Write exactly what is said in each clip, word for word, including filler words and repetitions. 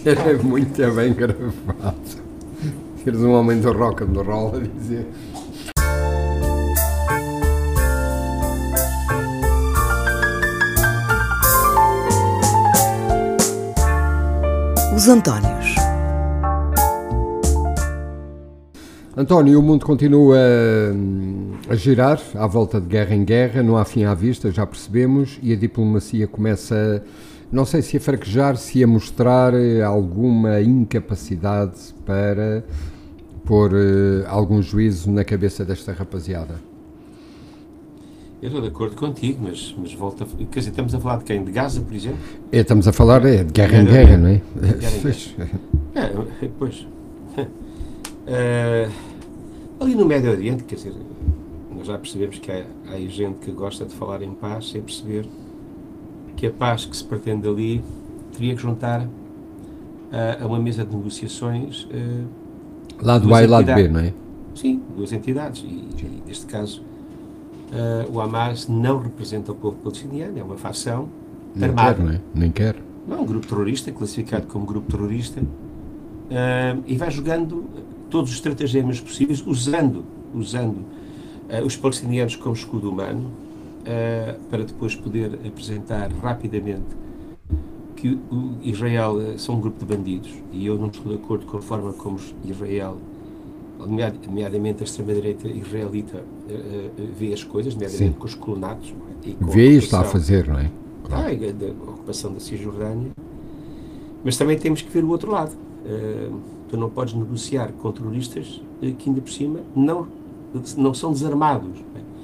Era muito bem gravado. Eres um homem do rock and roll a dizer. Os Antónios. António, o mundo continua a girar à volta de guerra em guerra, não há fim à vista, já percebemos, e a diplomacia começa, não sei se a fraquejar, se a mostrar alguma incapacidade para pôr uh, algum juízo na cabeça desta rapaziada. Eu estou de acordo contigo, mas, mas volta a... Quer dizer, estamos a falar de quem? De Gaza, por exemplo? É, estamos a falar é, de guerra em guerra, não é? Guerra em guerra. É, pois. Uh, ali no Médio Oriente, quer dizer, nós já percebemos que há, há aí gente que gosta de falar em paz sem perceber que a paz que se pretende ali teria que juntar uh, a uma mesa de negociações uh, lado A e lado B, não é? Sim, duas entidades e, e neste caso uh, o Hamas não representa o povo palestiniano, é uma facção Nem armada. quer, não é? Nem quer. Não, um grupo terrorista, classificado como grupo terrorista, uh, e vai jogando todos os estratagemas possíveis, usando, usando uh, os palestinianos como escudo humano, uh, para depois poder apresentar rapidamente que o Israel uh, são um grupo de bandidos, e eu não estou de acordo com a forma como Israel, nomeadamente a extrema-direita israelita, uh, uh, vê as coisas, nomeadamente Sim. com os colonatos. Não é? E com vê e está a fazer, não é? Claro. Ah, a, a ocupação da Cisjordânia, mas também temos que ver o outro lado. Uh, tu não podes negociar com terroristas que ainda por cima não, não são desarmados.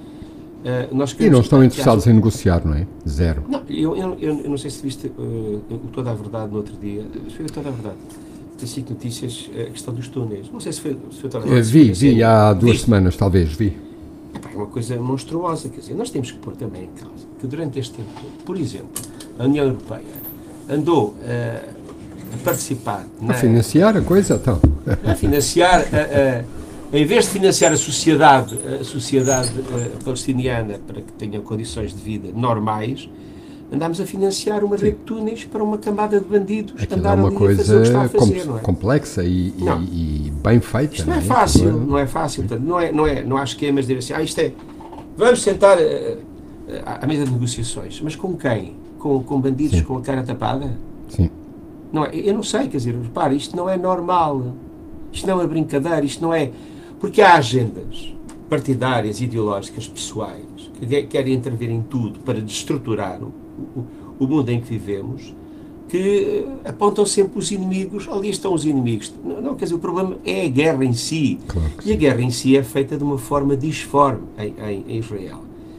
Uh, nós e não estão interessados haja... em negociar, não é? Zero. Não, eu, eu, eu, eu não sei se viste uh, Toda a Verdade no outro dia. Foi Toda a Verdade. Tem sido notícias a questão dos túneis. Não sei se foi, se foi Toda a Verdade. Uh, vi, se foi, vi há duas vi. semanas, talvez, vi. É uma coisa monstruosa. Quer dizer, nós temos que pôr também em causa que durante este tempo todo, por exemplo, a União Europeia andou uh, a participar... Na, a financiar a coisa, então. A financiar... A, a, em vez de financiar a sociedade, a sociedade uh, palestiniana para que tenha condições de vida normais, andámos a financiar uma rede de túneis para uma camada de bandidos. Aquilo é uma coisa fazer, com, é? complexa e, e, e bem feita. Isto não é, não é fácil, não é, não é fácil. Portanto, não, é, não, é, não há esquemas de dizer assim, ah, isto é... Vamos sentar uh, uh, à mesa de negociações. Mas com quem? Com, com bandidos Sim. com a cara tapada? Sim. Não é, eu não sei, quer dizer, repare, isto não é normal. Isto não é brincadeira, isto não é... Porque há agendas partidárias, ideológicas, pessoais, que querem intervir em tudo para destruturar o, o, o mundo em que vivemos, que apontam sempre os inimigos, ali estão os inimigos. Não, não, quer dizer, o problema é a guerra em si. Claro e a guerra em si é feita de uma forma disforme em, em, em Israel.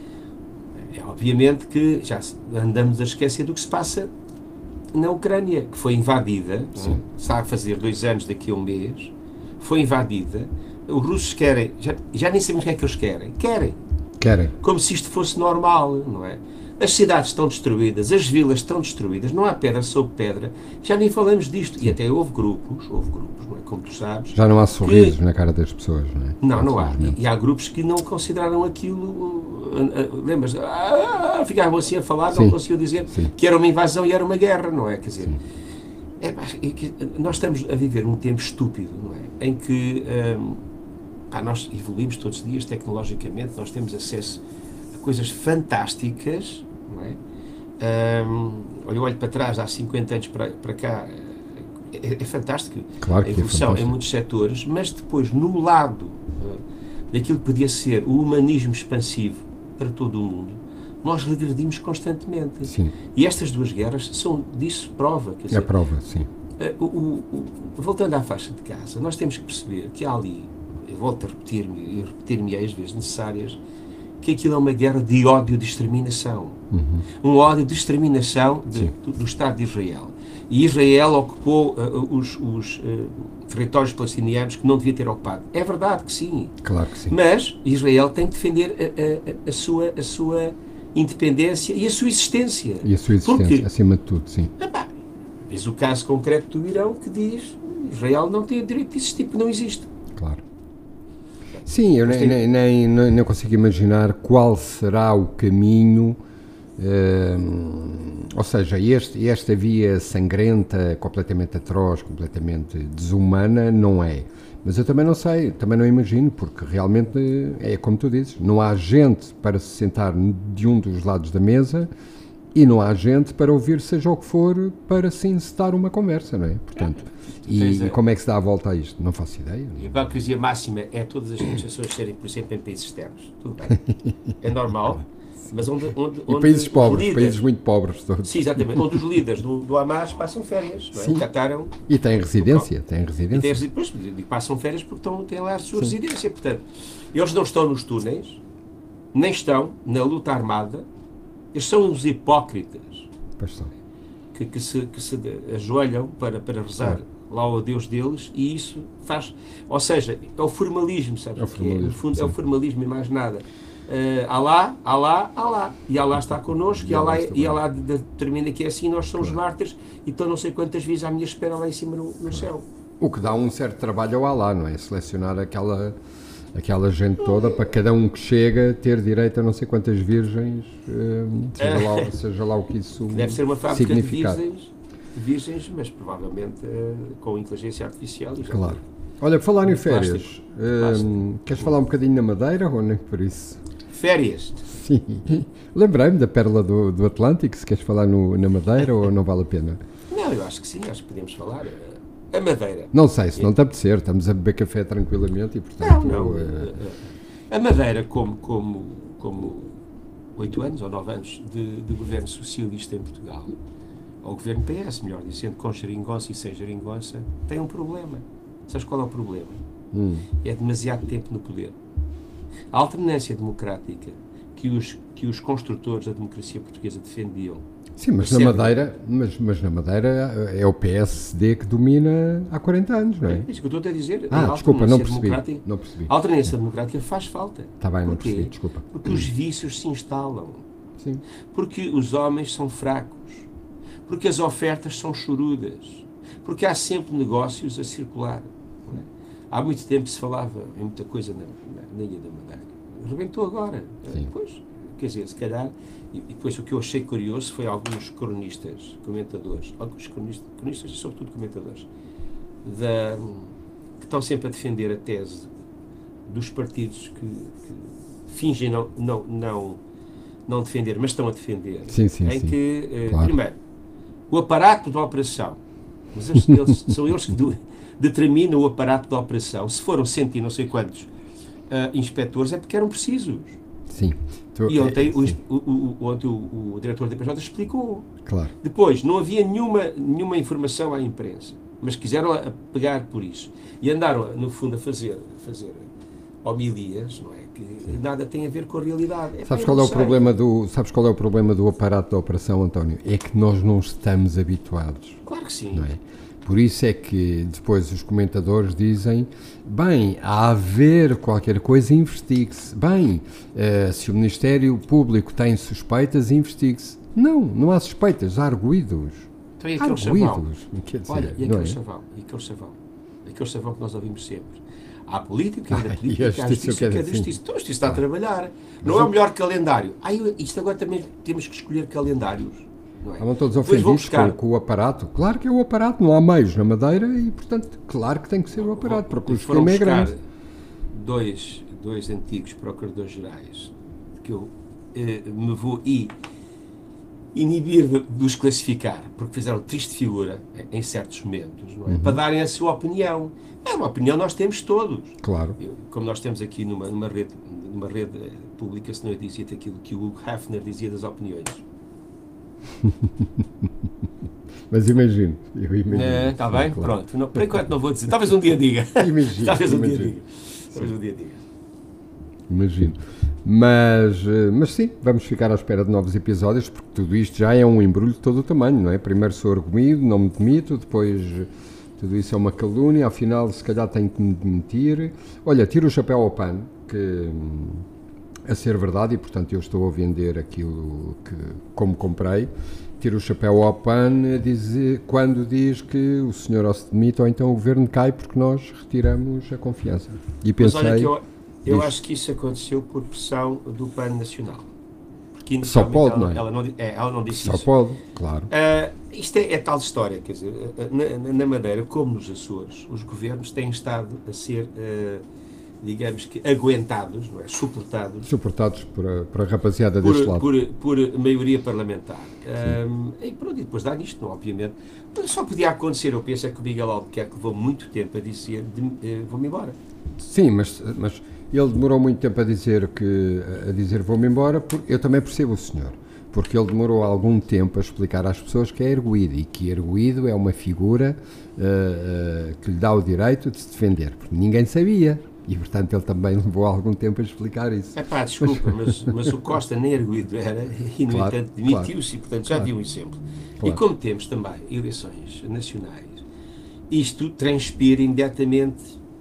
É obviamente que já andamos a esquecer do que se passa na Ucrânia, que foi invadida, Sim. está a fazer dois anos daqui a um mês, foi invadida. Os russos querem, já, já nem sabemos o que é que eles querem. Querem. Querem. Como se isto fosse normal, não é? As cidades estão destruídas, as vilas estão destruídas, não há pedra sobre pedra, já nem falamos disto. E até houve grupos, houve grupos, não é? Como tu sabes. Já não há sorrisos que... na cara das pessoas, não é? Não, não há. E, e há grupos que não consideraram aquilo, uh, uh, uh, lembras? Ah, ficavam assim a falar, Sim. não conseguiam dizer Sim. que era uma invasão e era uma guerra, não é? Quer dizer, é, é, que nós estamos a viver um tempo estúpido, não é? Em que um, pá, nós evoluímos todos os dias tecnologicamente, nós temos acesso a coisas fantásticas, não é? Um, olha, eu olho para trás, há cinquenta anos para, para cá, é, é fantástico, claro que a evolução é fantástico. Em muitos setores, mas depois no lado uh, daquilo que podia ser o humanismo expansivo para todo o mundo, nós regredimos constantemente. Sim. E estas duas guerras são disso prova. Quer dizer, é prova, sim. Uh, o, o, o, voltando à faixa de Gaza, nós temos que perceber que há ali, eu volto a repetir-me e repetir-me às vezes necessárias, que aquilo é uma guerra de ódio de exterminação. Uhum. Um ódio de exterminação de, do, do Estado de Israel. E Israel ocupou uh, os, os uh, territórios palestinianos que não devia ter ocupado. É verdade que sim. Claro que sim. Mas Israel tem que defender a, a, a, sua, a sua independência e a sua existência. E a sua existência, Porque, acima de tudo, sim. Epá, vês o caso concreto do Irão que diz Israel não tem o direito de existir porque não existe. Claro. Sim, eu nem, nem, nem, nem consigo imaginar qual será o caminho Uh, ou seja, este, esta via sangrenta, completamente atroz, completamente desumana, não é. Mas eu também não sei, também não imagino, porque realmente é como tu dizes, não há gente para se sentar de um dos lados da mesa e não há gente para ouvir seja o que for para se encetar uma conversa, não é? Portanto, é, e, e como é que se dá a volta a isto? Não faço ideia. A hipocrisia máxima é todas as negociações serem, por exemplo, em países externos. Tudo bem, é normal. Mas onde, onde, e onde países pobres, líderes, países muito pobres todos. Sim, exatamente, onde os líderes do, do Hamas passam férias, não é? O Qatar é um, e têm residência, têm residência. E têm, pois, passam férias porque estão, têm lá a sua Sim. residência, portanto, eles não estão nos túneis, nem estão na luta armada, eles são os hipócritas que, que, se, que se ajoelham para, para rezar ah. lá ao Deus deles, e isso faz, ou seja, é o formalismo, sabes? É o formalismo, é, no fundo, é o formalismo e mais nada. Uh, Alá, Alá, Alá. E Alá está connosco, e, e Alá, e Alá determina que é assim, nós somos claro. mártires, e estão não sei quantas vezes à minha espera lá em cima no, no céu. O que dá um certo trabalho ao Alá, não é? Selecionar aquela, aquela gente toda para cada um que chega ter direito a não sei quantas virgens, uh, seja, lá, seja lá o que isso significa. Deve ser uma fábrica de virgens, virgens, mas provavelmente uh, com inteligência artificial. E claro. Olha, falar em férias, uh, queres falar um bocadinho na Madeira ou nem por isso? Férias. Sim. Lembrei-me da Pérola do, do Atlântico, se queres falar no, na Madeira ou não vale a pena? Não, eu acho que sim, acho que podemos falar. A Madeira. Não sei, se não te apetecer, estamos a beber café tranquilamente e portanto... Não, não. Uh, a Madeira, como, como, como oito anos ou nove anos de, de governo socialista em Portugal, ou governo P S, melhor dizendo, com geringonça e sem geringonça, tem um problema. Sabes qual é o problema? Hum. É demasiado tempo no poder. A alternância democrática que os, que os construtores da democracia portuguesa defendiam. Sim, mas na, Madeira, mas, mas na Madeira é o P S D que domina há quarenta anos, não é? É isso que eu estou a dizer. Ah, desculpa, não percebi, não percebi. A alternância democrática faz falta. Está bem, não percebi, desculpa. Porque os vícios se instalam. Sim. Porque os homens são fracos. Porque as ofertas são chorudas. Porque há sempre negócios a circular. Não é? Há muito tempo se falava em muita coisa na, na, na Ilha da Madeira. Rebentou agora. Sim. Pois, quer dizer, se calhar, e, e depois o que eu achei curioso foi alguns cronistas, comentadores, alguns cronistas, cronistas e sobretudo comentadores, da, que estão sempre a defender a tese dos partidos que, que fingem não, não, não, não defender, mas estão a defender. Sim, sim, em sim. que, eh, claro. primeiro, o aparato da operação, mas eles, eles, são eles que do, determinam o aparato da operação. Se foram cento e não sei quantos uh, inspectores, é porque eram precisos. Sim. Tu, e ontem, é, o, o, o, ontem o, o diretor da I P J explicou. Claro. Depois, não havia nenhuma, nenhuma informação à imprensa, mas quiseram a pegar por isso. E andaram, no fundo, a fazer, a fazer homilias, não é? Que nada tem a ver com a realidade. É, sabes, qual é o problema do, sabes qual é o problema do aparato da operação, António? É que nós não estamos habituados. Claro que sim. Não é? Por isso é que depois os comentadores dizem, bem, a haver qualquer coisa, investigue-se. Bem, uh, se o Ministério Público tem suspeitas, investigue-se. Não, não há suspeitas, há arguídos. Então, e aquele chaval? Quer dizer, Olha, e aquele é? chaval? E aquele chaval? Aquele chaval que nós ouvimos sempre. Há política, há ah, política, há justiça, há justiça. Então, isto está a trabalhar. Não é o melhor calendário. Ah, isto agora também temos que escolher calendários. Não é? Estavam todos ofendidos com, com o aparato. Claro que é o aparato, não há meios na Madeira e, portanto, claro que tem que ser o aparato, porque o esquema é grande. Dois, dois antigos procuradores-gerais que eu eh, me vou i, inibir de, de os classificar, porque fizeram triste figura em certos momentos, não é? Uhum. Para darem a sua opinião. É uma opinião nós temos todos. Claro. Eu, como nós temos aqui numa, numa, rede, numa rede pública, senão eu dizia aquilo que o Hugh Hefner dizia das opiniões. Mas imagino, eu imagino. Está bem? Claro. Pronto. Não, por enquanto não vou dizer. Talvez um dia diga. Imagino. Talvez um imagino. dia diga. Talvez um dia diga. Imagino. Mas, mas sim, vamos ficar à espera de novos episódios, porque tudo isto já é um embrulho de todo o tamanho, não é? Primeiro sou arguído, não me demito, depois tudo isso é uma calúnia, ao final se calhar tenho que me demitir. Olha, tiro o chapéu ao pano, que a ser verdade, e portanto eu estou a vender aquilo que, como comprei, tiro o chapéu ao PAN a dizer, quando diz que o senhor ou se demite ou então o governo cai porque nós retiramos a confiança. E pensei... Mas olha que eu, eu acho que isso aconteceu por pressão do PAN nacional. porque Só pode, ela, não é? ela, não, é, ela não disse Só isso. pode, claro. Uh, isto é, é tal história, quer dizer, na, na Madeira, como nos Açores, os governos têm estado a ser, uh, digamos que, aguentados, não é? Suportados. Suportados por a, por a rapaziada por, deste lado. Por, por maioria parlamentar. Um, e pronto, e depois dá nisto, não, obviamente. Só podia acontecer, eu penso, é que o Miguel Albuquerque levou muito tempo a dizer, de, uh, vou-me embora. Sim, mas, mas ele demorou muito tempo a dizer, que, a dizer vou-me embora, porque eu também percebo o senhor. Porque ele demorou algum tempo a explicar às pessoas que é erguido e que erguido é uma figura uh, uh, que lhe dá o direito de se defender, porque ninguém sabia e, portanto, ele também levou algum tempo a explicar isso. É pá, desculpa, mas, mas o Costa nem erguido era e, no Claro, entanto, demitiu-se claro, e, portanto, já claro. viu um exemplo. Claro. E como temos também eleições nacionais, isto transpira imediatamente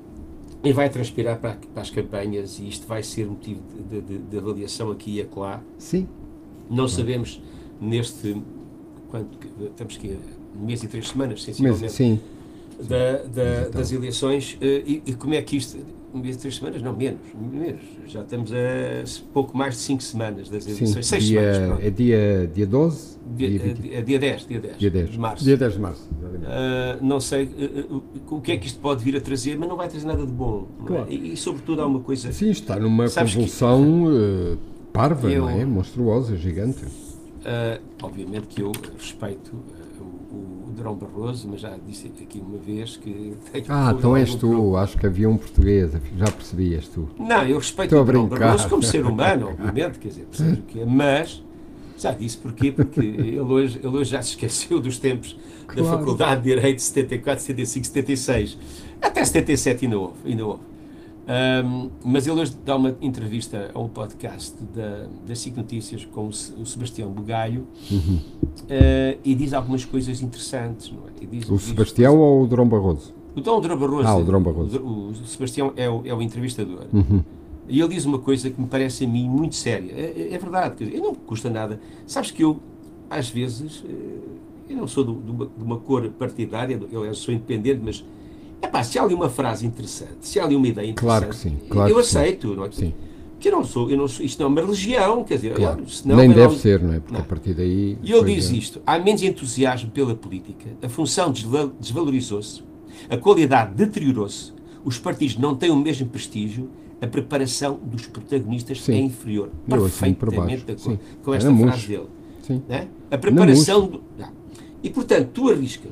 e vai transpirar para, para as campanhas e isto vai ser motivo de, de, de avaliação aqui e acolá. Sim. Não sabemos neste, quanto, estamos aqui um mês e três semanas, sensivelmente, Mas, sim. da, da, das eleições, e, e como é que isto, um mês e três semanas? Não, menos, menos, já estamos a pouco mais de cinco semanas das eleições, Sim, seis dia, semanas, pronto. É dia, dia doze? Dia, dia, dia, dia dez, dia dez, dia dez de março. Dia dez de março. Uh, não sei uh, uh, o que é que isto pode vir a trazer, mas não vai trazer nada de bom. Não é? Claro. e, e, sobretudo, há uma coisa... Sim, está numa Sabes convulsão uh, parva, eu, não é? Monstruosa, gigante. Uh, obviamente que eu respeito uh, o, o Durão Barroso, mas já disse aqui uma vez que... Tenho Ah, então és tu, problema. acho que havia um português, já percebi, és tu. Não, eu respeito Estou o a Durão brincar. Barroso como ser humano, obviamente, quer dizer, percebes o que é, mas... Já disse porquê, porque ele hoje, ele hoje já se esqueceu dos tempos Claro. da Faculdade de Direito de setenta e quatro, setenta e cinco, setenta e seis, até setenta e sete ainda houve, ainda houve. Um, mas ele hoje dá uma entrevista a um podcast da, da SIC Notícias com o, o Sebastião Bugalho Uhum. uh, e diz algumas coisas interessantes. Não é? E diz, O diz, Sebastião ou o Durão Barroso? O Dom Durão Barroso, Ah, o Durão Barroso. O, o Sebastião é o, é o entrevistador. Uhum. E ele diz uma coisa que me parece a mim muito séria. É, é verdade, quer dizer, não custa nada. Sabes que eu, às vezes, eu não sou do, de, uma, de uma cor partidária, eu sou independente, mas epá, se há ali uma frase interessante, se há ali uma ideia interessante, Claro que sim, claro eu que aceito. sim. Não é? Sim. Que eu não sou, eu não sou, isto não é uma religião, quer dizer, Claro. eu, senão, Nem eu deve não, ser, não é? Porque não. a partir daí... E ele depois diz é- isto: há menos entusiasmo pela política, a função desva- desvalorizou-se, a qualidade deteriorou-se, os partidos não têm o mesmo prestígio, a preparação dos protagonistas Sim. é inferior. Eu assino por Perfeitamente baixo. de acordo Sim. com esta Era frase murcho. dele. Sim. Né? A preparação... murcho. Do, não. E, portanto, tu arriscas,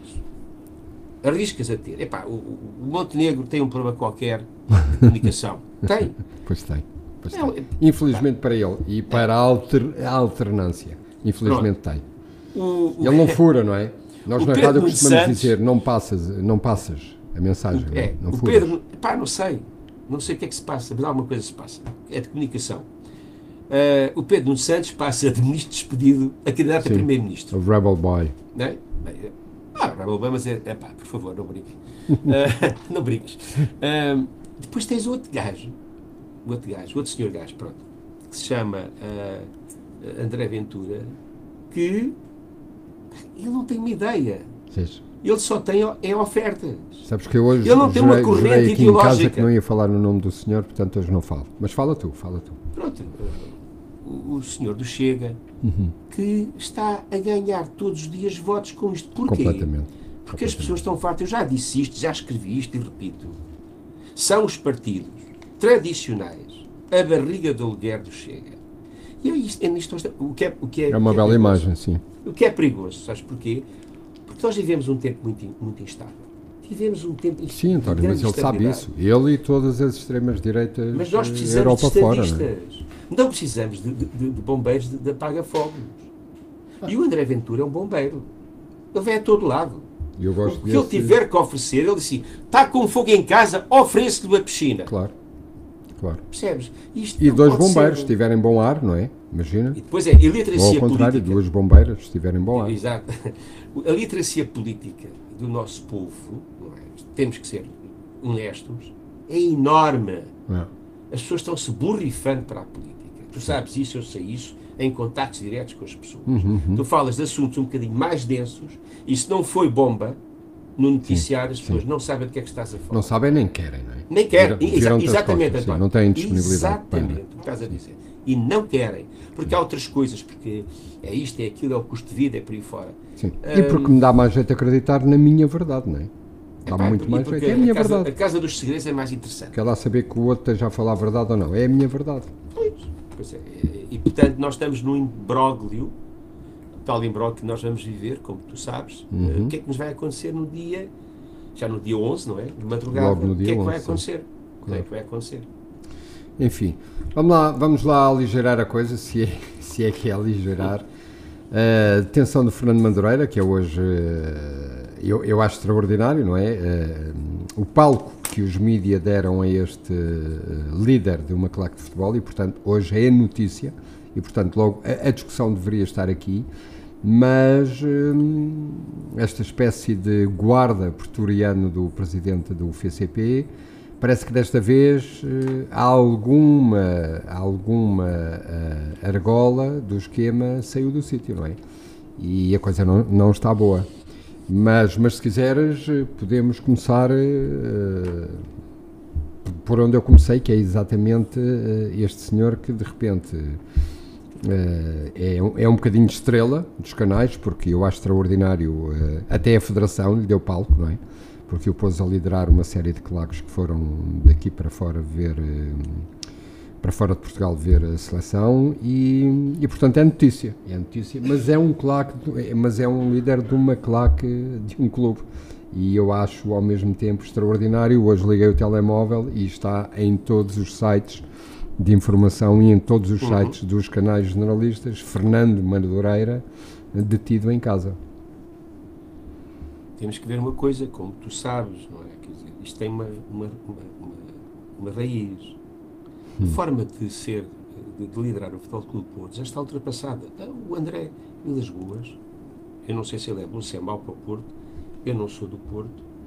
arriscas a ter... Epá, o, o Montenegro tem um problema qualquer de comunicação. Tem. Pois tem. Pois Não, tem. é- Infelizmente para ele e para a, alter, a alternância. Infelizmente tem. O, o, Ele não fura, não é? Nós O na Pedro rádio Nunes costumamos Santos- dizer não passas, não passas a mensagem, não, É, é? Não o furas. Pedro, pá, não sei, não sei o que é que se passa, mas alguma coisa se passa, é de comunicação. Uh, o Pedro Nunes Santos passa de ministro despedido a candidato a Sim. primeiro-ministro, O Rebel Boy. não é? Bem, é- Ah, não, mas é, é pá, por favor, não brinques. Uh, não brinques. Uh, depois tens outro gajo, outro gajo, outro senhor gajo, pronto, que se chama uh, André Ventura, que ele não tem uma ideia, Sim. ele só tem é ofertas. Sabes que eu hoje Ele não tem uma jurei, corrente jurei aqui em casa ideológica. que não ia falar no nome do senhor, portanto hoje não falo. Mas fala tu, fala tu. Pronto, uh, o, o senhor do Chega, Uhum. que está a ganhar todos os dias votos com isto. Porquê? Completamente. Porque as pessoas estão fartas. Eu já disse isto, já escrevi isto e repito. São os partidos tradicionais a barriga do aluguer do Chega. E é isto, é nisto, o que é, o que é, É uma o que bela perigoso. imagem, sim. O que é perigoso, sabes porquê? Porque nós vivemos um tempo muito, in- muito instável. Vivemos um tempo Sim, de António, grande mas ele sabe instabilidade. isso. Ele e todas as extremas-direitas Mas nós eh, precisamos de Europa fora, não é? estadistas. Não precisamos de, de- de- de bombeiros de, de apaga-fogos. E o André Ventura é um bombeiro. Ele vem a todo lado. E eu O gosto que ele desse- tiver que oferecer, ele disse, está com fogo em casa, ofereço-lhe uma piscina. Claro, claro. Percebes? Isto E não dois pode bombeiros, se ser. tiverem bom ar, não é? Imagina. E depois é a Ou literacia ao contrário, política. duas bombeiras, se tiverem bom ar. Exato. A literacia política do nosso povo, não é? Temos que ser honestos, é enorme. É. As pessoas estão-se borrifando para a política. Tu sabes isso, eu sei isso, em contactos diretos com as pessoas. Uhum, uhum. Tu falas de assuntos um bocadinho mais densos, e se não foi bomba, no noticiário, as pessoas sim. não sabem do que é que estás a falar. Não sabem nem querem, não é? Nem querem, Viram, exa exatamente, costas, sim, não têm disponibilidade. Exatamente, o que estás a dizer. E não querem, porque há outras coisas, porque é isto, é aquilo, é o custo de vida, é por aí fora. Sim. Um, e porque me dá mais jeito acreditar na minha verdade, não é? Dá epá, muito mais jeito. É a minha a casa, verdade. A casa dos segredos é mais interessante. Quer lá saber que o outro esteja a falar a verdade ou não. É a minha verdade. Pois, pois é. E, portanto, nós estamos num imbróglio, tal imbróglio que nós vamos viver, como tu sabes. Uhum. O que é que nos vai acontecer no dia, já no dia onze, não é? De madrugada. Logo no dia o que é que onze, vai acontecer? Claro. O que é que vai acontecer? Enfim, vamos lá, vamos lá aligerar a coisa, se é, se é que é aligerar. A uh, detenção do Fernando Madureira, que é hoje, uh, eu, eu acho extraordinário, não é? Uh, o palco que os mídia deram a este uh, líder de uma claque de futebol e, portanto, hoje é notícia e, portanto, logo a, a discussão deveria estar aqui, mas uh, esta espécie de guarda pretoriano do presidente do F C P parece que desta vez uh, há alguma, alguma uh, argola do esquema saiu do sítio, não é? E a coisa não, não está boa. Mas, mas se quiseres, podemos começar uh, por onde eu comecei, que é exatamente uh, este senhor que de repente uh, é, um, é um bocadinho estrela dos canais, porque eu acho extraordinário, uh, até a Federação lhe deu palco, não é? Porque eu pôs a liderar uma série de claques que foram daqui para fora ver, para fora de Portugal ver a seleção e, e portanto é notícia, é notícia, mas é um claque, mas é um líder de uma claque de um clube e eu acho ao mesmo tempo extraordinário. Hoje liguei o telemóvel e está em todos os sites de informação e em todos os uhum. sites dos canais generalistas, Fernando Madureira detido em casa. Temos que ver uma coisa, como tu sabes, não é? Quer dizer, isto tem uma, uma, uma, uma, uma raiz. A hum. forma de ser, de, de liderar o Futebol Clube do Porto já está ultrapassada. O André Vilas Boas, eu não sei se ele é bom, se é mau para o Porto, eu não sou do Porto,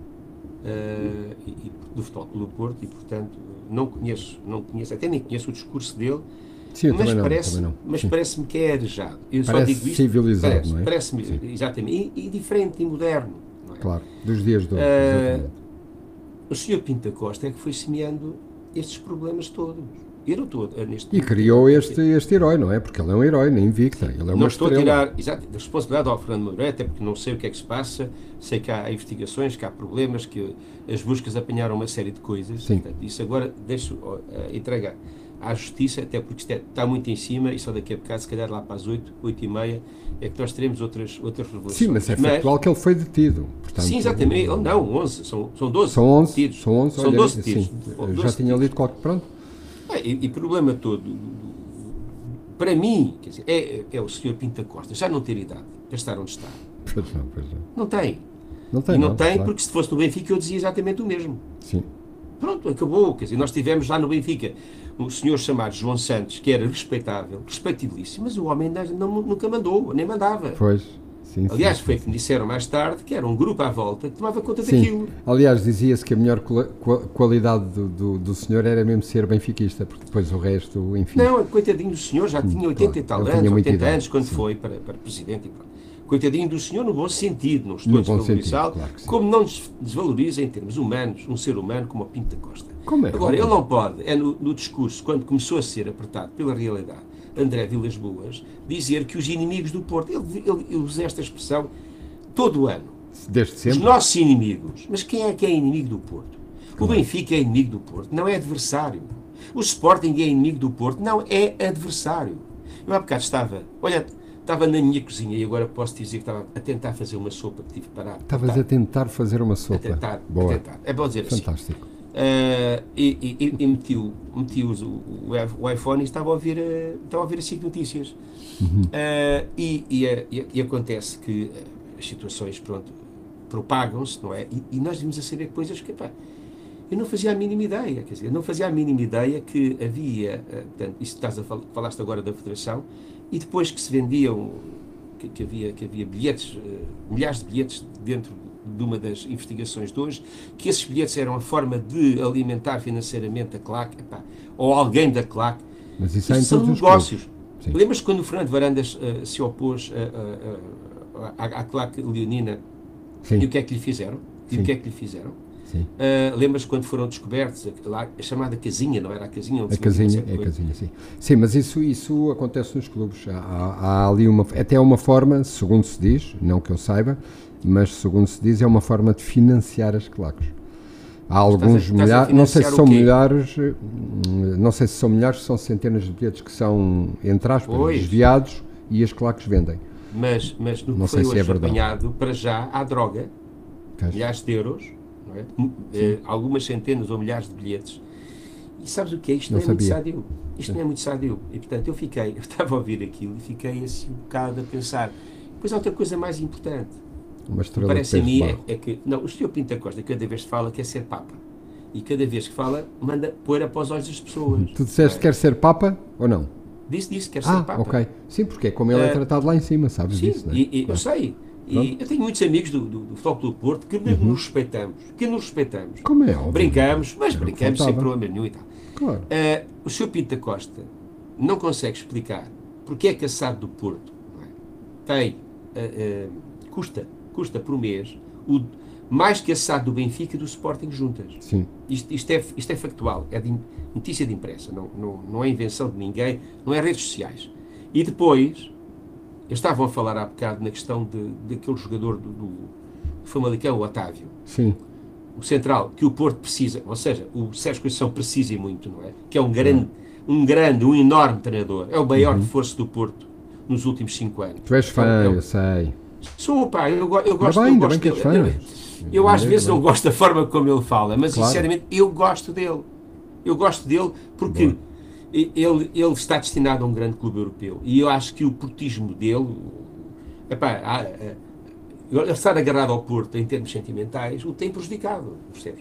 uh, e, e, do Futebol Clube do Porto, e portanto não conheço, não conheço, até nem conheço o discurso dele. Sim, mas não, parece, mas parece-me que é arejado. Eu parece só digo isto, civilizado, parece, não é? Parece-me, exatamente, e, e diferente e moderno. Claro, dos dias de hoje. Uh, o senhor Pinto da Costa é que foi semeando estes problemas todos. Eu estou neste e criou este, este herói, não é? Porque ele é um herói, nem invicta. Ele é uma não estou estrela. a tirar exato, a responsabilidade ao Fernando Madureira, até porque não sei o que é que se passa, sei que há investigações, que há problemas, que as buscas apanharam uma série de coisas. Sim. Portanto, isso agora deixo uh, entregar à Justiça, até porque isto é, está muito em cima e só daqui a bocado, se calhar lá para as oito, oito e meia, é que nós teremos outras, outras revelações. Sim, mas é factual que ele foi detido. Portanto, sim, exatamente. Ele, não, onze, são, são doze são onze, detidos. São onze, são olha, doze detidos. Sim, doze já tinha lido qualquer... Pronto. É, e o problema todo, para mim, quer dizer, é, é o senhor Pinto da Costa já não ter idade para estar onde está. Pois não, pois não. Não tem. Não tem, e não, não tem, claro. Porque se fosse no Benfica eu dizia exatamente o mesmo. Sim. Pronto, acabou. Quer dizer, nós tivemos lá no Benfica um senhor chamado João Santos, que era respeitável, respeitabilíssimo, mas o homem não, nunca mandou, nem mandava. Pois. Sim, aliás, sim, foi sim. que me disseram mais tarde que era um grupo à volta que tomava conta sim. daquilo. Aliás, dizia-se que a melhor qualidade do, do, do senhor era mesmo ser benfiquista, porque depois o resto, enfim... Não, coitadinho do senhor, já tinha oitenta claro, e tal anos, oitenta anos, quando sim. foi para, para presidente. E pronto. Coitadinho do senhor no bom sentido, não estou a desvalorizá-lo, claro como não desvaloriza em termos humanos um ser humano como o Pinto da Costa. Como é? Agora, ele não pode, é no, no discurso, quando começou a ser apertado pela realidade, André Vilas Boas, dizer que os inimigos do Porto, ele, ele, ele usa esta expressão todo o ano. Desde sempre. Os nossos inimigos. Mas quem é que é inimigo do Porto? Claro. O Benfica é inimigo do Porto, não é adversário. O Sporting é inimigo do Porto, não é adversário. Eu há bocado estava, olha, estava na minha cozinha e agora posso dizer que estava a tentar fazer uma sopa que tive que parar. Estavas a tentar fazer uma sopa. A tentar, Boa. a tentar. É bom dizer Fantástico. assim. Fantástico. Uh, e e, e meti, o, meti o, o, o iPhone e estava a ouvir a, estava a ouvir as cinco notícias. Uhum. Uh, e, e, e, e acontece que as situações, pronto, propagam-se, não é? E, e nós vimos a saber coisas que, pá, eu não fazia a mínima ideia, quer dizer, eu não fazia a mínima ideia que havia, uh, portanto, isso estás a fal falaste agora da Federação, e depois que se vendiam, que, que, havia, que havia bilhetes, uh, milhares de bilhetes dentro de uma das investigações de hoje, que esses bilhetes eram a forma de alimentar financeiramente a claque, epá, ou alguém da claque. Mas isso, isso são negócios. Lembras-te Lembras quando o Fernando Varandas uh, se opôs uh, uh, uh, à, à claque leonina? Sim. E o que é que lhe fizeram? E Sim. o que é que lhe fizeram? Sim. Uh, Lembras quando foram descobertos a, lá, a chamada casinha, não era a casinha? Onde A se fazia casinha, essa é a coisa? casinha, sim. Sim, mas isso, isso acontece nos clubes. Há, há- há ali uma, até uma forma, segundo se diz, não que eu saiba, mas segundo se diz, é uma forma de financiar as claques. Há alguns estás a milhares, não sei financiar se o são quê? milhares, hum, não sei se são milhares, se são centenas de bilhetes que são, entre aspas, Pois. desviados e as claques vendem. Mas, mas no Não que foi sei se é hoje verdade. apanhado, para já, há droga, Pois. milhares de euros, não é? Eh, algumas centenas ou milhares de bilhetes. E sabes o que é? Isto Não não, é muito sabia. sádio. Isto não é muito sádio. E portanto eu fiquei, eu estava a ouvir aquilo e fiquei assim um bocado a pensar. Depois há outra coisa mais importante. Uma estrela Parece a de mim peso é, barro. é que, não, o senhor Pinto da Costa cada vez que fala quer ser Papa. E cada vez que fala, manda poeira para os olhos das pessoas. Tu disseste que quer ser Papa ou não? Disse, disse, quer ser Ah, Papa. ok. Sim, porque é como ele é Eh, tratado lá em cima, sabes Sim, disso, não é? e, e eu Claro. sei. E Pronto. eu tenho muitos amigos do, do, do Futebol Clube do Porto que Uhum. nos respeitamos. Que nos respeitamos. Como é óbvio. Brincamos, mas Era o que brincamos sem faltava. problema nenhum e tal. Claro. Eh, o senhor Pinto da Costa não consegue explicar porque é que a S A D do Porto, não é, tem, eh, eh, custa, custa por mês o, mais que a S A D do Benfica e do Sporting juntas. Sim. Isto, isto, é, isto é factual, é de notícia de imprensa, não, não, não é invenção de ninguém, não é redes sociais. E depois, eles estavam a falar há bocado na questão de, daquele jogador do, do Famalicão, o Otávio, Sim. o central, que o Porto precisa, ou seja, o Sérgio Conceição precisa e muito, não é? Que é um grande, um grande, um enorme treinador, é o maior reforço do Porto nos últimos cinco anos. Tu és fã, É o- eu sei. Sou, pá, eu, go- eu gosto, bem, eu ainda gosto bem que és dele. fã. Eu, eu às Ainda vezes bem. não gosto da forma como ele fala, mas Claro. sinceramente eu gosto dele. Eu gosto dele porque Boa. ele, ele está destinado a um grande clube europeu. E eu acho que o portismo dele, epá, há- há- ele estar agarrado ao Porto em termos sentimentais, o tem prejudicado, percebes?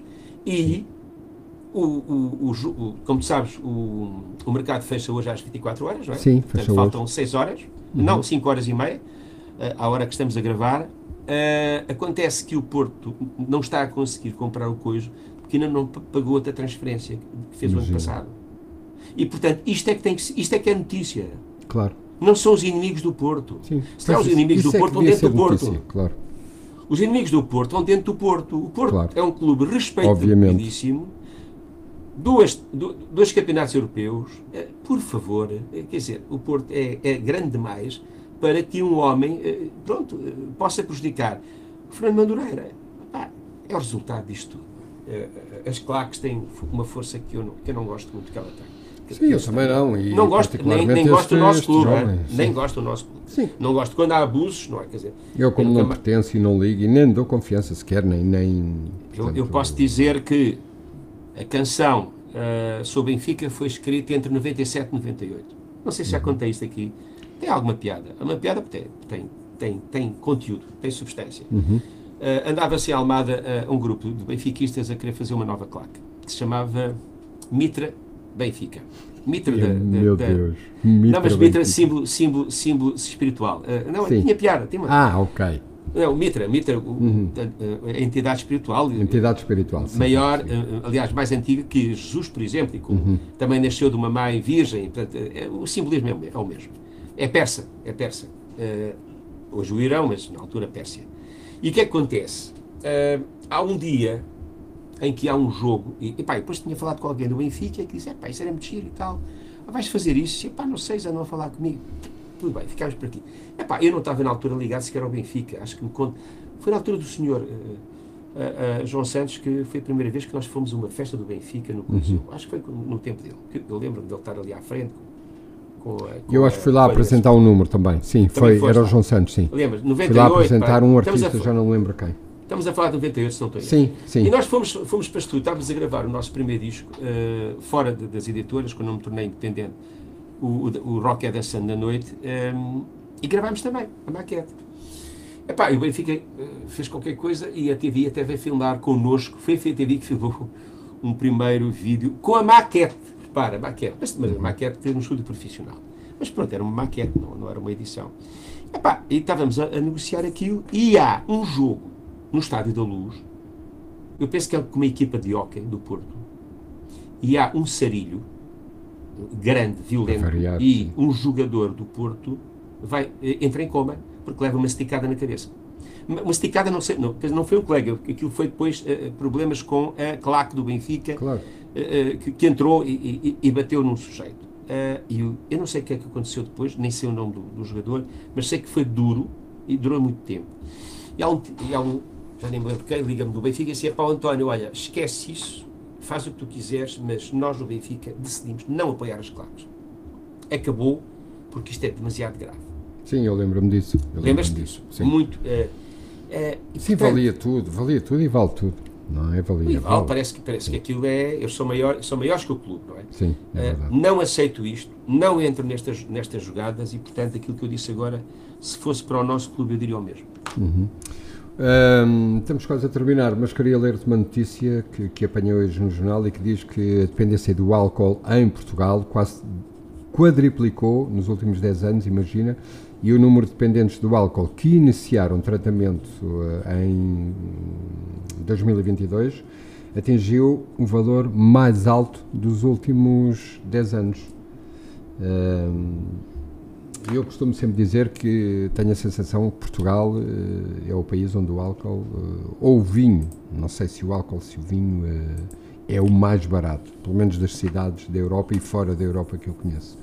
E o, o, o, ju- o- como tu sabes, o, o mercado fecha hoje às vinte e quatro horas, não é? Sim, Portanto, fecha faltam seis horas, Uhum. não, cinco horas e meia, eh, à hora que estamos a gravar. Eh, acontece que o Porto não está a conseguir comprar o coiso porque ainda não p- pagou outra transferência que fez o ano Imagina. passado. E portanto, isto é que tem que, se- isto é que é notícia. Claro. Não são os inimigos do Porto. Sim. Se calhar os Pois, inimigos isso do é que Porto vão devia dentro do ser Porto. notícia, claro. Os inimigos do Porto vão dentro do Porto. O Porto Claro. é um clube respeitadíssimo. Duas, du- dois campeonatos europeus. Eh, Por favor, eh, quer dizer, o Porto é, é grande demais para que um homem, eh, pronto, eh, possa prejudicar. O Fernando Madureira, pá, é o resultado disto tudo. Eh, eh, As claques têm uma força que eu não, que eu não gosto muito que ela tem. Que- Sim, que eu eles também têm. não. E Não gosto, nem, particularmente nem gosto do este- nosso este clube, jovem, né? sim. Nem gosto do nosso clube. Sim. Não gosto quando há abusos, não é? Quer dizer, Eu, como nunca não ma- pertenço e não ligo, e nem dou confiança sequer, nem. nem Eu, eu portanto, posso dizer que a canção uh, sobre Benfica foi escrita entre noventa e sete e noventa e oito. Não sei se já contei isto aqui. Tem alguma piada. É uma piada porque tem, tem, tem, tem conteúdo, tem substância. Uhum. Uh, Andava-se em Almada uh, um grupo de benfiquistas a querer fazer uma nova claque, que se chamava Mitra Benfica. Mitra da... da- Meu da- Deus. Não, mas Mitra, Benfica. símbolo, símbolo, símbolo espiritual. Uh, não, Sim. tinha piada. Tinha uma, Ah, ok. não, Mitra, Mitra o- a, a entidade espiritual. Entidade espiritual. sim, Maior, sim. eh, aliás, mais antiga que Jesus, por exemplo, e como Uhum. também nasceu de uma mãe virgem, portanto, é- o simbolismo é o me- é o mesmo. É persa, é persa. Eh, hoje o Irão, mas na altura Pérsia. E o que é que acontece? Eh, há um dia em que há um jogo, e, e pá, depois tinha falado com alguém do Benfica que disse, pá, isso era muito giro e tal, ah, vais fazer isso? E pá, não sei, já não a falar comigo. Tudo bem, ficámos por aqui. Epá, eu não estava na altura ligado sequer ao Benfica, acho que me conto. Foi na altura do senhor eh, eh, eh, João Santos que foi a primeira vez que nós fomos a uma festa do Benfica no Coliseu. Uhum. Acho que foi no tempo dele. que Eu lembro-me dele estar ali à frente. Com, com a- com Eu acho a- que fui lá com a- apresentar um número também. Sim, foi, foste era o lá. João Santos, sim. Lembras? Fui noventa e lá oito. apresentar pá, um estamos a artista, fa- já não me lembro quem. Estamos a falar de noventa e oito, se não estou a erro. Sim, sim. E nós fomos, fomos para estúdio, estávamos a gravar o nosso primeiro disco, eh, fora de- das editoras, quando eu me tornei independente, o, o, o Rock é dançando na noite, eh, e gravámos também a maquete. Epá, e o Benfica eh, fez qualquer coisa e a T V até veio filmar connosco, foi a T V que filmou um primeiro vídeo com a maquete, repara, maquete, mas, mas a maquete teve um estúdio profissional. Mas pronto, era uma maquete, não, não era uma edição. Epá, e estávamos a, a negociar aquilo e há um jogo no Estádio da Luz, eu penso que é com uma equipa de hóquei do Porto, e há um sarilho grande, violento, Variado, e sim. um jogador do Porto vai, eh, entra em coma porque leva uma esticada na cabeça. uma esticada, não sei, não, não foi um colega, aquilo foi depois uh, problemas com a claque do Benfica, Claro. uh, que, que entrou e, e, e bateu num sujeito. Uh, e eu, eu não sei o que é que aconteceu depois, nem sei o nome do, do jogador, mas sei que foi duro e durou muito tempo. E há um, e há um já nem me lembro quem, liga-me do Benfica e disse: para o António, olha, esquece isso, faz o que tu quiseres, mas nós no Benfica decidimos não apoiar as claques. Acabou, porque isto é demasiado grave. Sim, eu lembro-me disso. Lembras-te disso? Sim. Muito. Uh, uh, e, Sim, portanto, valia tudo, valia tudo e vale tudo. Não é? Valia. Vale, vale. parece que, parece que aquilo é. Eu sou maior, sou maiores que o clube, não é? Sim, é verdade. Uh, não aceito isto, não entro nestas, nestas jogadas e, portanto, aquilo que eu disse agora, se fosse para o nosso clube, eu diria o mesmo. Uhum. Um, estamos quase a terminar, mas queria ler-te uma notícia que, que apanhei hoje no jornal e que diz que a dependência do álcool em Portugal quase quadriplicou nos últimos dez anos, imagina, e o número de dependentes do álcool que iniciaram tratamento uh, em dois mil e vinte e dois atingiu o valor mais alto dos últimos dez anos. Um, Eu costumo sempre dizer que tenho a sensação que Portugal uh, é o país onde o álcool, uh, ou o vinho, não sei se o álcool, se o vinho uh, é o mais barato, pelo menos das cidades da Europa e fora da Europa que eu conheço.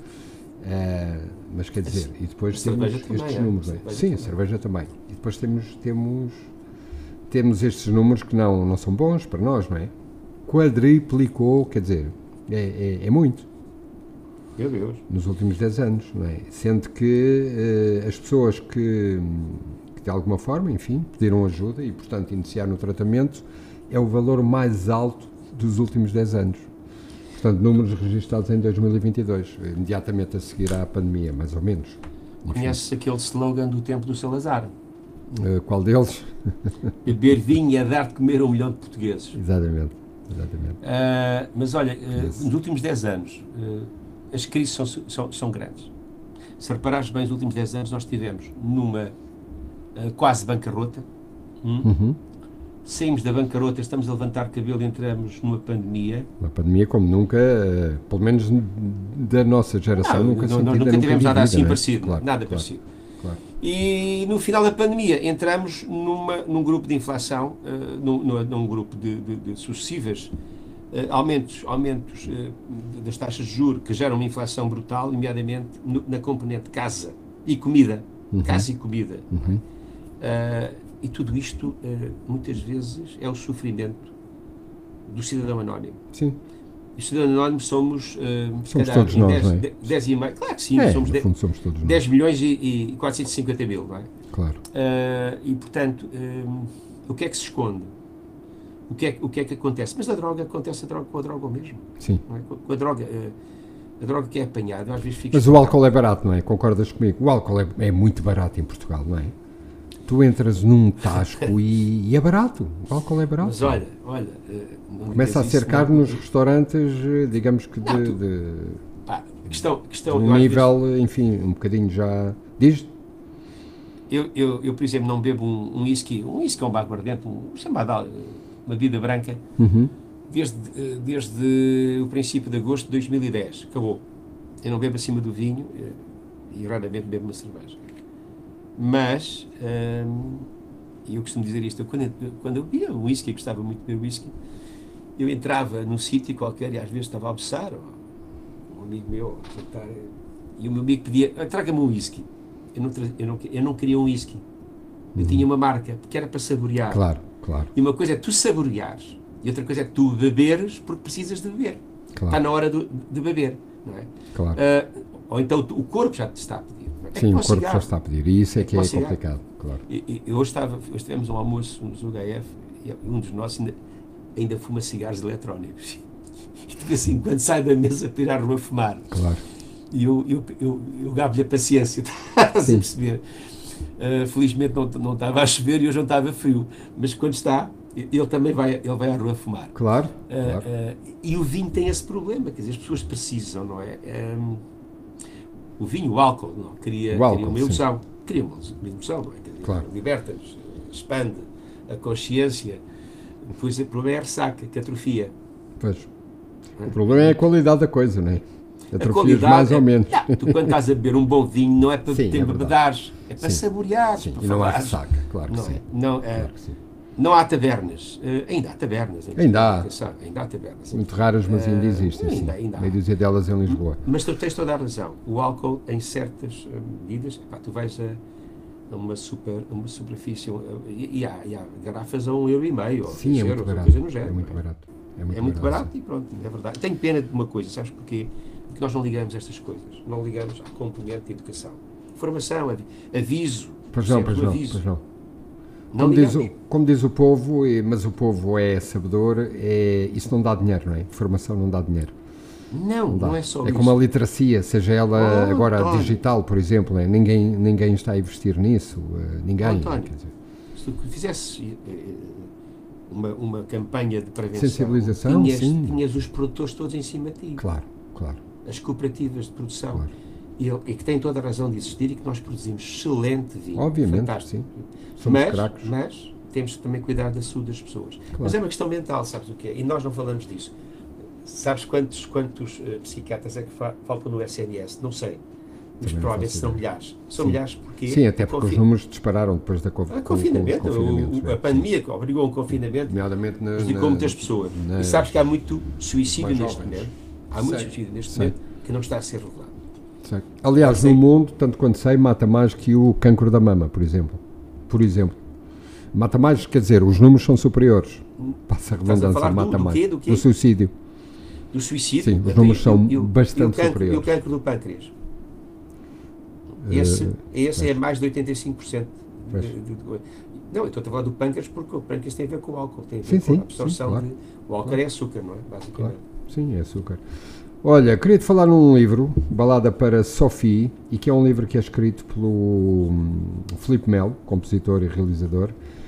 Uh, mas quer dizer, e depois temos estes também, números. É? Sim, também. A cerveja também. E depois temos, temos, temos estes números que não, não são bons para nós, não é? Quadriplicou, quer dizer, é, é, é muito. Meu Deus. Nos últimos dez anos, não é? Sendo que uh, as pessoas que, que de alguma forma, enfim, pediram ajuda e, portanto, iniciaram o tratamento, é o valor mais alto dos últimos dez anos. Portanto, números registados em dois mil e vinte e dois, imediatamente a seguir à pandemia, mais ou menos. Enfim. Conheces aquele slogan do tempo do Salazar? Uh, qual deles? Beber vinho é dar de comer a um milhão de portugueses. Exatamente. Exatamente. Uh, mas olha, uh, nos últimos dez anos, uh, as crises são, são, são grandes. Se reparares bem, nos últimos dez anos nós estivemos numa uh, quase bancarrota. Hum? Uhum. Saímos da bancarrota, estamos a levantar cabelo e entramos numa pandemia. Uma pandemia como nunca, uh, pelo menos da nossa geração, não, nunca não, sentida, nunca tivemos vivida, nada assim não é? parecido. Claro, nada claro, parecido. Claro. E no final da pandemia entramos numa, num grupo de inflação, uh, num, num, num grupo de, de, de sucessivas uh, aumentos, aumentos uh, das taxas de juros que geram uma inflação brutal, nomeadamente no, na componente casa e comida. Uhum. Casa e comida. Uhum. Uh, e tudo isto, uh, muitas vezes, é o sofrimento do cidadão anónimo. Sim. E os cidadãos anónimos somos, uh, somos calhar, todos nós, dez, não é? dez e meio, claro que sim, é, somos, no de, fundo somos todos dez nós. milhões e, e quatrocentos e cinquenta mil, não é? Claro. Uh, e, portanto, um, o que é que se esconde? O que, é, o que é que acontece? Mas a droga, acontece a droga, com a droga mesmo. Sim. Não é? Com, com a droga, uh, a droga que é apanhada, às vezes fica... Mas o álcool é barato, não é? Concordas comigo? O álcool é, é muito barato em Portugal, não é? Tu entras num tasco e, e é barato. O álcool é barato. Mas olha, olha... Uh, começa a ser caro nos restaurantes, digamos que de... Não, tu, de, pá, questão, questão, de um nível, vezes, enfim, um bocadinho já... Diz? Eu, eu, eu, por exemplo, não bebo um whisky, um whisky um aguardente, um chamado uma bebida branca, uhum. desde, desde o princípio de agosto de dois mil e dez. Acabou. Eu não bebo acima do vinho e raramente bebo uma cerveja. Mas, hum, eu costumo dizer isto, quando eu, quando eu bebia um whisky, gostava muito de beber whisky, eu entrava num sítio qualquer e às vezes estava a almoçar, um amigo meu, e o meu amigo pedia, traga-me um whisky. Eu não, eu, não, eu não queria um whisky. Eu uhum. tinha uma marca, porque era para saborear. Claro, claro. E uma coisa é tu saboreares, e outra coisa é tu beberes porque precisas de beber. Claro. Está na hora do, de beber, não é? Claro. Uh, ou então o corpo já te está a pedir. Não é? Sim, é o corpo cigarro. já está a pedir, e isso é, é que é cigarro. complicado, claro. E, e hoje, estava, hoje tivemos um almoço no H F, e um dos nossos ainda, ainda fuma cigarros eletrónicos. E tipo assim, quando sai da mesa para ir à rua fumar. Claro. E eu, eu, eu, eu gabo-lhe a paciência, estás a perceber? Uh, felizmente não, não estava a chover e hoje não estava frio, mas quando está, ele também vai, ele vai à rua fumar. Claro. Uh, claro. Uh, e o vinho tem esse problema, quer dizer, as pessoas precisam, não é? Um, o vinho, o álcool, não, cria, o álcool, cria uma ilusão, cria uma ilusão, não é? Quer dizer, claro. Liberta-nos, expande a consciência, depois o problema é a ressaca, que atrofia. Pois. O problema é a qualidade da coisa, não é? Atrofias qualidade mais é, ou menos. Não, tu quando estás a beber um bom vinho não é para Sim, te é bebedares, é para Sim. saboreares, Sim, para e não há falares. ressaca, claro que Não, sim. é, não, é, Claro que sim. não há tabernas, uh, ainda há tabernas. Ainda há. Atenção, ainda há tabernas. Muito raras, mas ainda Uh, existem. sim. ainda, ainda há. Meia dúzia delas em Lisboa. Mas tu tens toda a razão. O álcool, em certas uh, medidas, epá, tu vais a, a uma, super, uma superfície uh, e, e, há, e há garrafas a um euro e meio, ou Sim, dois é muito euros, ou barato. coisa no género. É muito não é? barato. É muito, É muito barato sim. e pronto, é verdade. Tenho pena de uma coisa, sabes porquê? Porque nós não ligamos estas coisas, não ligamos à componente de educação. Formação, avi- aviso, Pois não, percebes? pois O não, aviso. pois não. Não Como diz, ligamos. o, como diz o povo, e- mas o povo é sabedor, é, isso não dá dinheiro, não é? Formação não dá dinheiro. Não, Não, dá. não é só é isso. como a literacia, seja ela Oh, agora António. digital, por exemplo, né? ninguém, ninguém está a investir nisso, eh, ninguém. António. quer dizer. Se tu fizesses eh, uma, uma campanha de prevenção, Sensibilização, tinhas, sim. tinhas os produtores todos em cima de ti. Claro, claro. As cooperativas de produção. Claro. E, ele- e que têm toda a razão de existir e que nós produzimos excelente vinho. Obviamente, fantástico. sim. Somos Mas, craques. mas temos que também cuidar da saúde das pessoas. Mas é uma questão mental, sabes o que é? E nós não falamos disso. Sabes quantos, quantos uh, psiquiatras é que fa faltam no S N S? Não sei. Mas Também não provavelmente faço são ideia. milhares. São Sim. milhares porque... Sim, até porque Confi- os números dispararam depois da co Ah, com- com- confinamento, com os confinamentos, o- não é? a pandemia que obrigou a um confinamento, Nomeadamente na, prejudicou na- muitas pessoas. na- E sabes que há muito suicídio mais neste jovens. momento. Há muito Sei, suicídio neste sei. momento que não está a ser revelado. Sei. Aliás, Sei. no mundo, tanto quanto sei, mata mais que o cancro da mama, por exemplo. Por exemplo. Mata mais, quer dizer, os números são superiores. Passa a Estás a redundância, falar do- mata do mais. quê? Do quê? Do suicídio. Do suicídio. Sim, os até números e o- são e o- bastante e o cancro, superiores. E o cancro do pâncreas? Esse, esse é mais de oitenta e cinco por cento. De, Pois. de, de, não, eu estou a falar do pâncreas porque o pâncreas tem a ver com o álcool, tem a ver Sim, com sim, a absorção sim, claro. de... O álcool é açúcar, não é? Basicamente. Claro. Sim, é açúcar. Olha, queria-te falar num livro, Balada para Sophie, e que é um livro que é escrito pelo hum, Filipe Melo, compositor e realizador,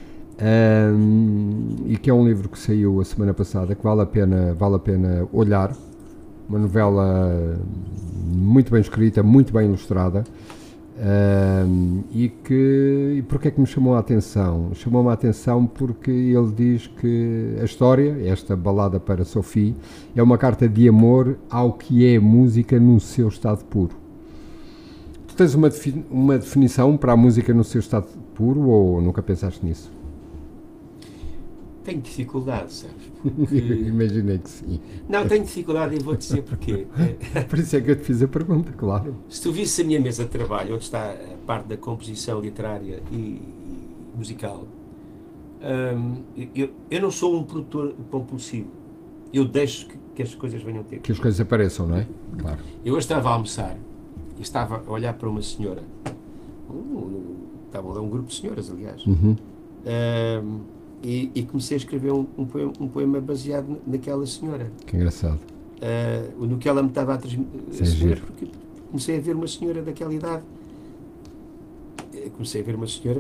hum, e que é um livro que saiu a semana passada, que vale a pena, vale a pena olhar. Uma novela muito bem escrita, muito bem ilustrada. hum, e que e porque é que me chamou a atenção? Chamou-me a atenção porque ele diz que a história, esta Balada para Sophie, é uma carta de amor ao que é música no seu estado puro. Tu tens uma, defi- uma definição para a música no seu estado puro ou nunca pensaste nisso? Tenho dificuldade, sabes? Porque... Imaginei que sim. Não, tenho dificuldade e vou-te dizer porquê. Eh, Por isso é que eu te fiz a pergunta, claro. Se tu visse a minha mesa de trabalho, onde está a parte da composição literária e, e musical, hum, eu, eu não sou um produtor compulsivo. Eu deixo que, que as coisas venham ter. Que as coisas apareçam, não é? Claro. Eu hoje estava a almoçar e estava a olhar para uma senhora. Um, estava lá um grupo de senhoras, aliás. Uhum. Hum, e, e comecei a escrever um, um, poema, um poema baseado naquela senhora. Que engraçado. Uh, no que ela me estava a Isso é transmitir, giro. porque comecei a ver uma senhora daquela idade. Eu comecei a ver uma senhora.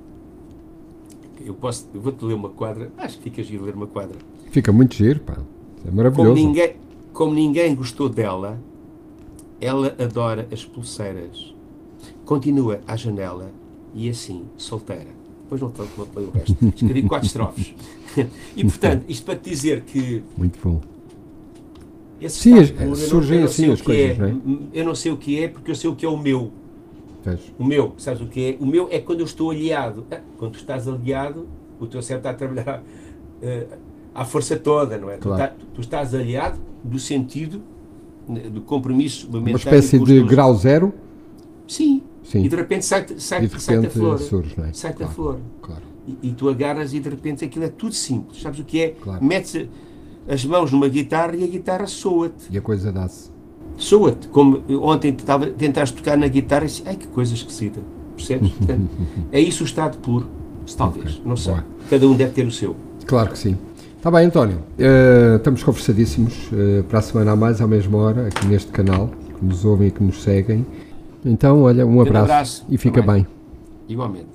Eu posso, eu vou-te ler uma quadra, acho que fica giro ler uma quadra. Fica muito giro, pá. É Como maravilhoso. ninguém, como ninguém gostou dela, ela adora as pulseiras. Continua à janela e assim, solteira. Depois não te não te leio o resto. Escrevi quatro estrofes. E portanto, isto para te dizer que Muito bom. esse Sim, estado as- puro, eu não- surgem eu não assim sei o as que coisas, é. não é? Eu não sei o que é porque eu sei o que é o meu. Vês? O meu, sabes o que é? O meu é quando eu estou aliado. Ah, quando tu estás aliado, o teu cérebro está a trabalhar eh, à força toda, não é? Claro. Tu, tá- tu estás aliado do sentido, né, do compromisso momentâneo. Uma espécie com os de teus- grau zero. Sim. Sim. E de repente sai-te sai, E de sai a repente flor. surge, não é? Sai-te a Claro, flor. claro. E, e tu agarras e de repente aquilo é tudo simples. Sabes o que é? Claro. Metes as mãos numa guitarra e a guitarra soa-te. E a coisa dá-se. Soa-te. Como ontem tentava, tentaste tocar na guitarra e disse, ai que coisa esquisita. Percebes? Portanto, é isso o estado puro. Talvez. Ok. Não sei. Boa. Cada um deve ter o seu. Claro que sim. Está bem, António. Eh, estamos conversadíssimos. eh, para a semana a mais, à mesma hora, aqui neste canal, que nos ouvem e que nos seguem. Então, olha, um abraço, abraço. e fica Também. bem. Igualmente.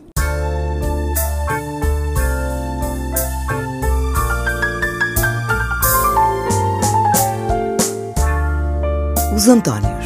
Os Antónios.